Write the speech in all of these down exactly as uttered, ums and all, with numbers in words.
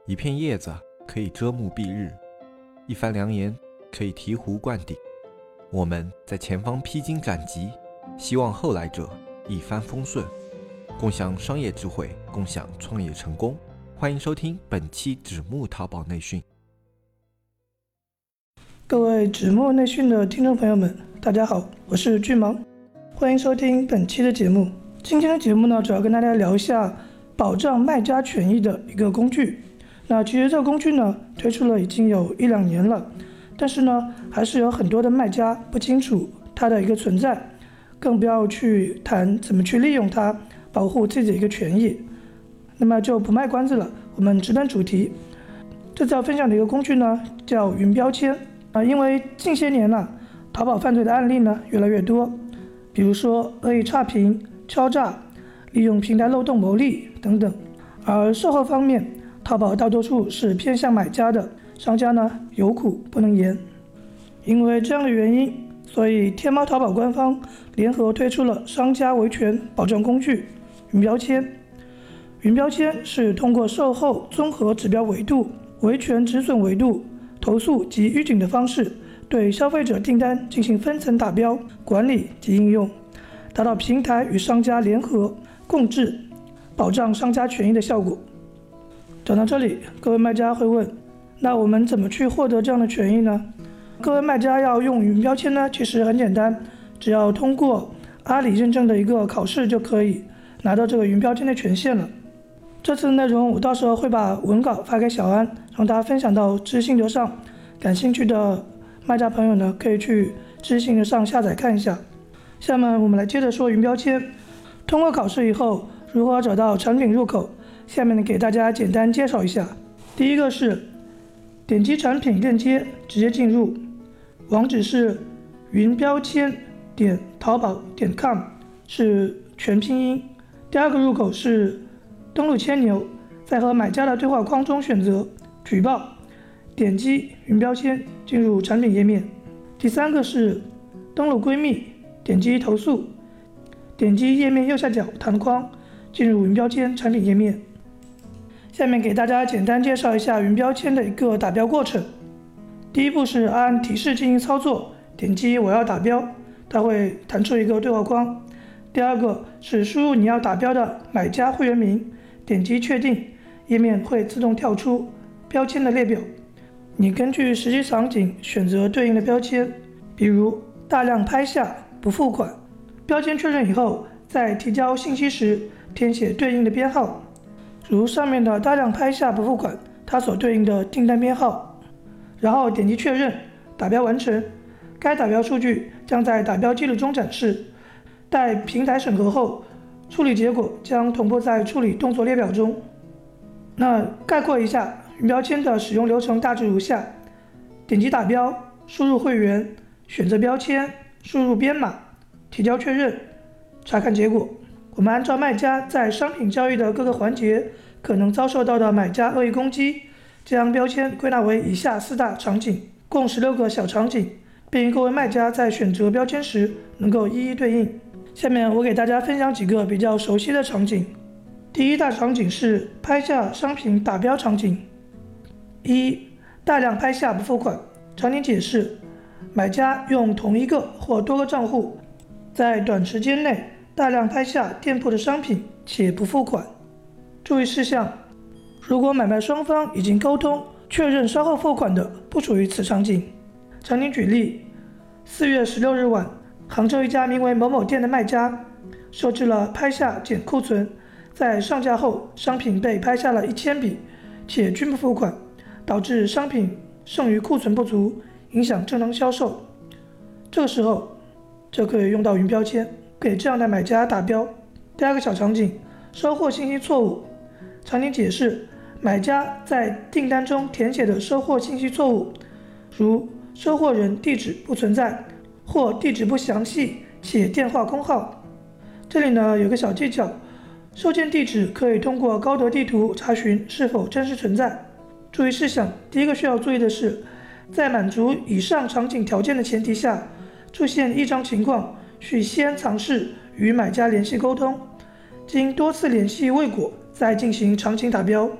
一片叶子可以遮目蔽日，一番良言可以醍醐灌顶。我们在前方披荆斩棘，希望后来者一帆风顺，共享商业智慧，共享创业成功。欢迎收听本期纸木淘宝内训。 各位纸木内训的听众朋友们，大家好，我是巨芒，欢迎收听本期的节目。今天的节目呢，主要跟大家聊一下保障卖家权益的一个工具。那其实这个工具呢，推出了已经有一两年了，但是呢，还是有很多的卖家不清楚它的一个存在，更不要去谈怎么去利用它，保护自己的一个权益。那么就不卖关子了，我们直奔主题。这次要分享的一个工具呢，叫云标签啊，因为近些年呢，淘宝犯罪的案例呢越来越多，比如说恶意差评、敲诈、利用平台漏洞牟利等等。而售后方面，淘宝大多数是偏向买家的，商家呢有苦不能言。因为这样的原因，所以天猫淘宝官方联合推出了商家维权保障工具云标签。云标签是通过售后综合指标维度、维权止损维度、投诉及预警的方式，对消费者订单进行分层打标、管理及应用，达到平台与商家联合共治，保障商家权益的效果。讲到这里，各位卖家会问，那我们怎么去获得这样的权益呢？各位卖家要用云标签呢，其实很简单，只要通过阿里认证的一个考试就可以拿到这个云标签的权限了。这次的内容我到时候会把文稿发给小安，让他分享到知心流上，感兴趣的卖家朋友呢，可以去知心流上下载看一下。下面我们来接着说云标签。通过考试以后，如何找到产品入口？下面呢给大家简单介绍一下。第一个是点击产品链接直接进入，网址是云标签点淘宝点 com， 是全拼音。第二个入口是登录千牛，在和买家的对话框中选择举报，点击云标签进入产品页面。第三个是登录闺蜜，点击投诉，点击页面右下角弹框进入云标签产品页面。下面给大家简单介绍一下云标签的一个打标过程。第一步是按提示进行操作，点击我要打标，它会弹出一个对话框。第二个是输入你要打标的买家会员名，点击确定，页面会自动跳出标签的列表。你根据实际场景选择对应的标签，比如大量拍下不付款。标签确认以后，在提交信息时填写对应的编号，如上面的大量拍下不付款，它所对应的订单编号，然后点击确认，打标完成。该打标数据将在打标记录中展示，待平台审核后，处理结果将同步在处理动作列表中。那概括一下云标签的使用流程大致如下：点击打标，输入会员，选择标签，输入编码，提交确认，查看结果。我们按照卖家在商品交易的各个环节可能遭受到的买家恶意攻击，将标签归纳为以下四大场景，共十六个小场景，便于各位卖家在选择标签时能够一一对应。下面我给大家分享几个比较熟悉的场景。第一大场景是拍下商品打标场景。一、大量拍下不付款。场景解释：买家用同一个或多个账户，在短时间内大量拍下店铺的商品且不付款。注意事项：如果买卖双方已经沟通确认稍后付款的，不属于此场景。场景举例：四月十六日晚，杭州一家名为某某店的卖家设置了拍下减库存，在上架后商品被拍下了一千笔，且均不付款，导致商品剩余库存不足，影响正常销售。这个时候就可以用到云标签，给这样的买家打标。第二个小场景，收货信息错误。场景解释：买家在订单中填写的收货信息错误，如收货人地址不存在，或地址不详细且电话空号。这里呢有个小技巧，收件地址可以通过高德地图查询是否真实存在。注意事项：第一个需要注意的是，在满足以上场景条件的前提下，出现异常情况，需先尝试与买家联系沟通，经多次联系未果，再进行场景打标。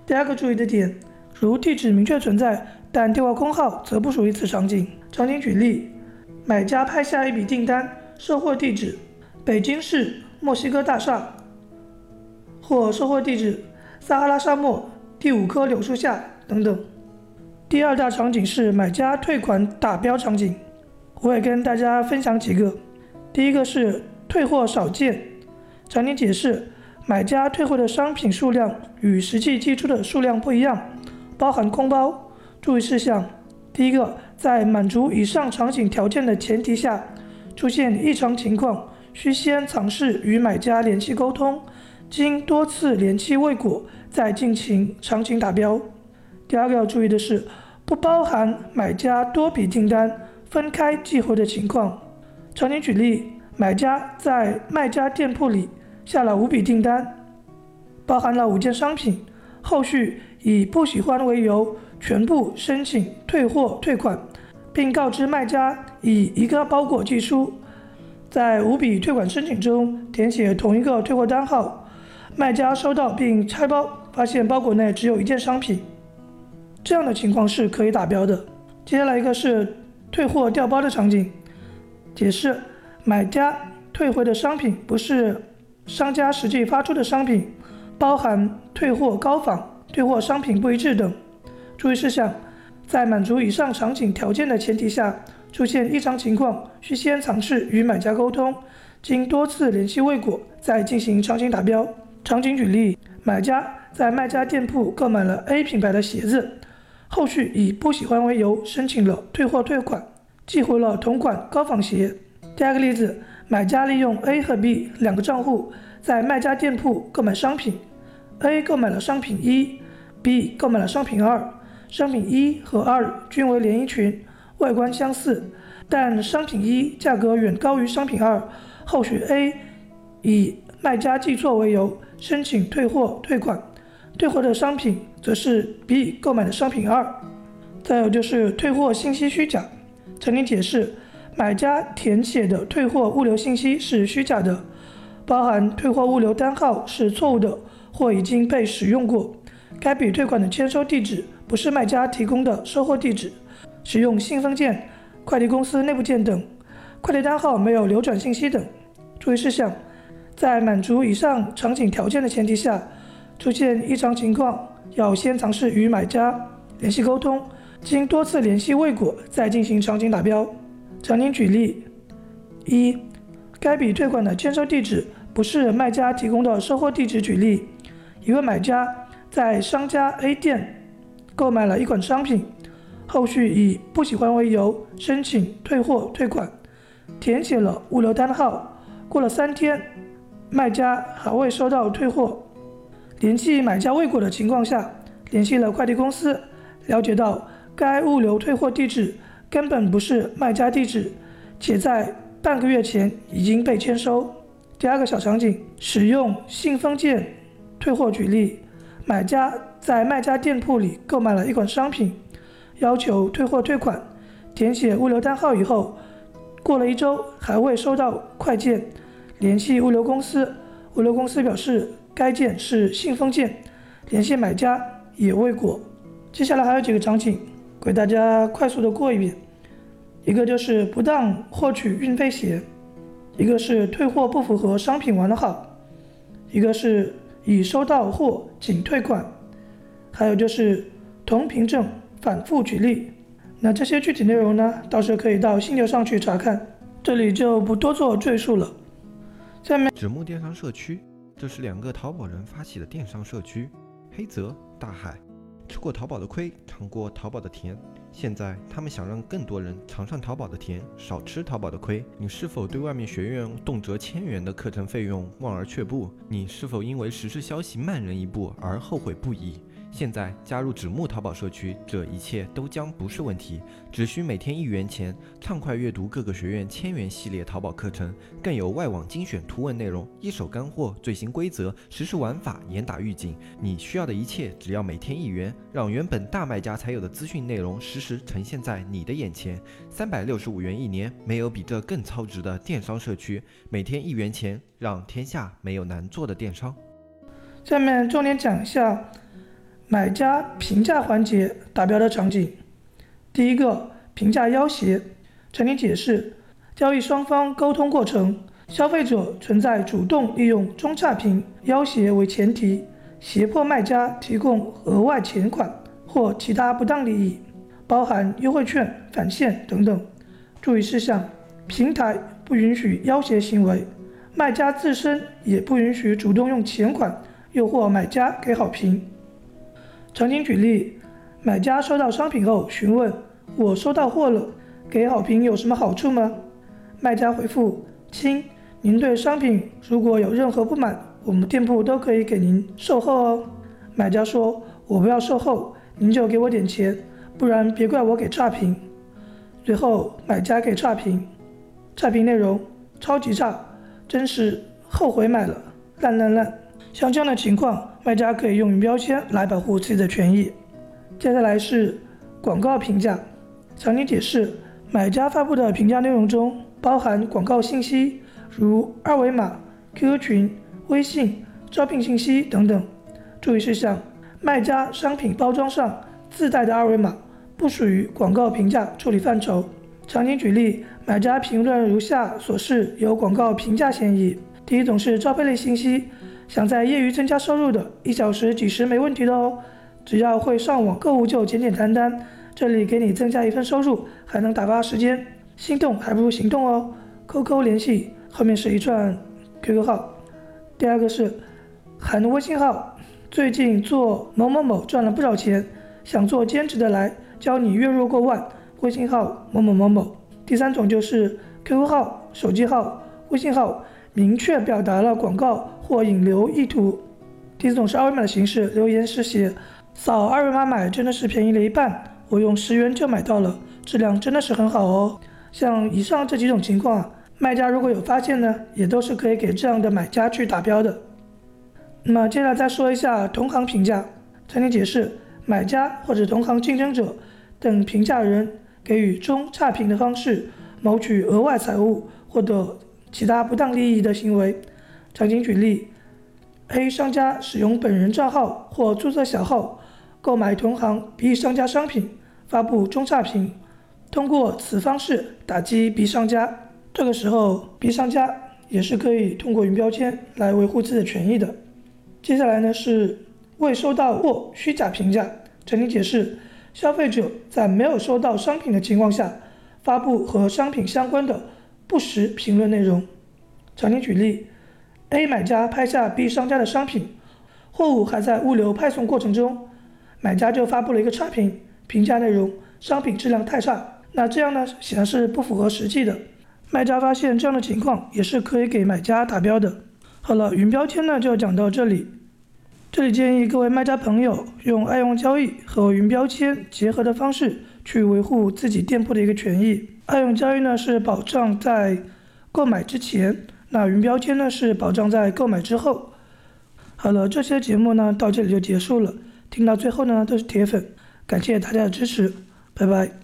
第二个注意的点，如地址明确存在，但电话空号则不属于此场景。场景举例，买家拍下一笔订单，收货地址北京市墨西哥大厦，或收货地址撒哈拉沙漠第五棵柳树下等等。第二大场景是买家退款打标场景，我也跟大家分享几个。第一个是退货少件，场景解释，买家退货的商品数量与实际寄出的数量不一样，包含空包。注意事项，第一个，在满足以上场景条件的前提下，出现异常情况，需先尝试与买家联系沟通，经多次联系未果，再进行场景打标。第二个要注意的是，不包含买家多笔订单分开寄回的情况。场景举例，买家在卖家店铺里下了五笔订单，包含了五件商品，后续以不喜欢为由全部申请退货退款，并告知卖家以一个包裹寄出。在五笔退款申请中填写同一个退货单号，卖家收到并拆包，发现包裹内只有一件商品，这样的情况是可以打标的。接下来一个是退货调包的场景，解释，买家退回的商品不是商家实际发出的商品，包含退货高仿、退货商品不一致等。注意事项，在满足以上场景条件的前提下，出现异常情况，需先尝试与买家沟通，经多次联系未果，再进行场景打标。场景举例，买家在卖家店铺购买了 A 品牌的鞋子，后续以不喜欢为由申请了退货退款，寄回了同款高仿鞋。第二个例子，买家利用 A 和 B 两个账户在卖家店铺购买商品， A 购买了商品一， B 购买了商品二，商品一和二均为连衣裙，外观相似，但商品一价格远高于商品二，后续 A 以卖家记错为由申请退货退款，退货的商品则是 B 购买的商品二。再有就是退货信息虚假，场景解释，买家填写的退货物流信息是虚假的，包含退货物流单号是错误的或已经被使用过，该笔退款的签收地址不是卖家提供的收货地址，使用信封件、快递公司内部件等，快递单号没有流转信息等。注意事项，在满足以上场景条件的前提下，出现异常情况，要先尝试与买家联系沟通，经多次联系未果，再进行场景打标。场景举例，一，该笔退款的签收地址不是卖家提供的收货地址。举例，一位买家在商家 A 店购买了一款商品，后续以不喜欢为由申请退货退款，填写了物流单号，过了三天，卖家还未收到退货，联系买家未果的情况下，联系了快递公司，了解到该物流退货地址根本不是卖家地址，且在半个月前已经被签收。第二个小场景，使用信封件退货举例，买家在卖家店铺里购买了一款商品，要求退货退款，填写物流单号以后，过了一周还未收到快件，联系物流公司，物流公司表示该件是信封件，联系买家也未果。接下来还有几个场景给大家快速的过一遍，一个就是不当获取运费险，一个是退货不符合商品完好，一个是已收到货仅退款，还有就是同凭证反复举例。那这些具体内容呢，到时候可以到犀牛上去查看，这里就不多做赘述了。下面纸木电商社区，这是两个淘宝人发起的电商社区，黑泽、大海，吃过淘宝的亏，尝过淘宝的甜，现在他们想让更多人尝上淘宝的甜，少吃淘宝的亏。你是否对外面学院动辄千元的课程费用望而却步？你是否因为时事消息慢人一步而后悔不已？现在加入纸木淘宝社区，这一切都将不是问题。只需每天一元钱，畅快阅读各个学院千元系列淘宝课程，更有外网精选图文内容，一手干货，最新规则，实时玩法，严打预警。你需要的一切，只要每天一元，让原本大卖家才有的资讯内容实时呈现在你的眼前。三百六十五元一年，没有比这更超值的电商社区。每天一元钱，让天下没有难做的电商。 下面重点讲一下买家评价环节达标的场景。第一个，评价要挟。陈婷解释，交易双方沟通过程，消费者存在主动利用中差评要挟为前提，胁迫卖家提供额外钱款或其他不当利益，包含优惠券、返现等等。注意事项：平台不允许要挟行为，卖家自身也不允许主动用钱款诱惑买家给好评。场景举例，买家收到商品后询问：我收到货了，给好评有什么好处吗？卖家回复：亲，您对商品如果有任何不满，我们店铺都可以给您售后哦。买家说：我不要售后，您就给我点钱，不然别怪我给差评。最后买家给差评，差评内容超级差，真是后悔买了，烂烂烂。像这样的情况，卖家可以用云标签来保护自己的权益。接下来是广告评价。场景解释，买家发布的评价内容中包含广告信息，如二维码、Q Q 群、微信、招聘信息等等。注意事项：卖家商品包装上自带的二维码不属于广告评价处理范畴。场景举例，买家评论如下所示有广告评价嫌疑。第一种是招聘类信息，想在业余增加收入的，一小时几十没问题的哦，只要会上网购物就简简单单，这里给你增加一份收入，还能打发时间，心动还不如行动哦。Q Q 联系，后面是一串 Q Q 号。第二个是喊微信号，最近做某某某赚了不少钱，想做兼职的来，教你月入过万，微信号某某某某。第三种就是 Q Q 号、手机号、微信号明确表达了广告或引流意图。第四种是二维码的形式，留言是写扫二维码买真的是便宜了一半，我用十元就买到了，质量真的是很好哦。像以上这几种情况，卖家如果有发现呢，也都是可以给这样的买家去打标的。那么接下来再说一下同行评价。场景解释，买家或者同行竞争者等评价人给予中差评的方式，谋取额外财物或者其他不当利益的行为。场景举例， A 商家使用本人账号或注册小号购买同行 B 商家商品，发布中差评，通过此方式打击 B 商家。这个时候 B 商家也是可以通过云标签来维护自己的权益的。接下来呢是未收到或虚假评价。场景解释，消费者在没有收到商品的情况下，发布和商品相关的不实评论内容。场景举例， A 买家拍下 B 商家的商品，货物还在物流派送过程中，买家就发布了一个差评，评价内容商品质量太差。那这样呢显然是不符合实际的，卖家发现这样的情况也是可以给买家打标的。好了，云标签呢就讲到这里。这里建议各位卖家朋友用爱用交易和云标签结合的方式去维护自己店铺的一个权益。爱用交易呢是保障在购买之前，那云标签呢是保障在购买之后。好了，这期节目呢到这里就结束了。听到最后呢都是铁粉，感谢大家的支持，拜拜。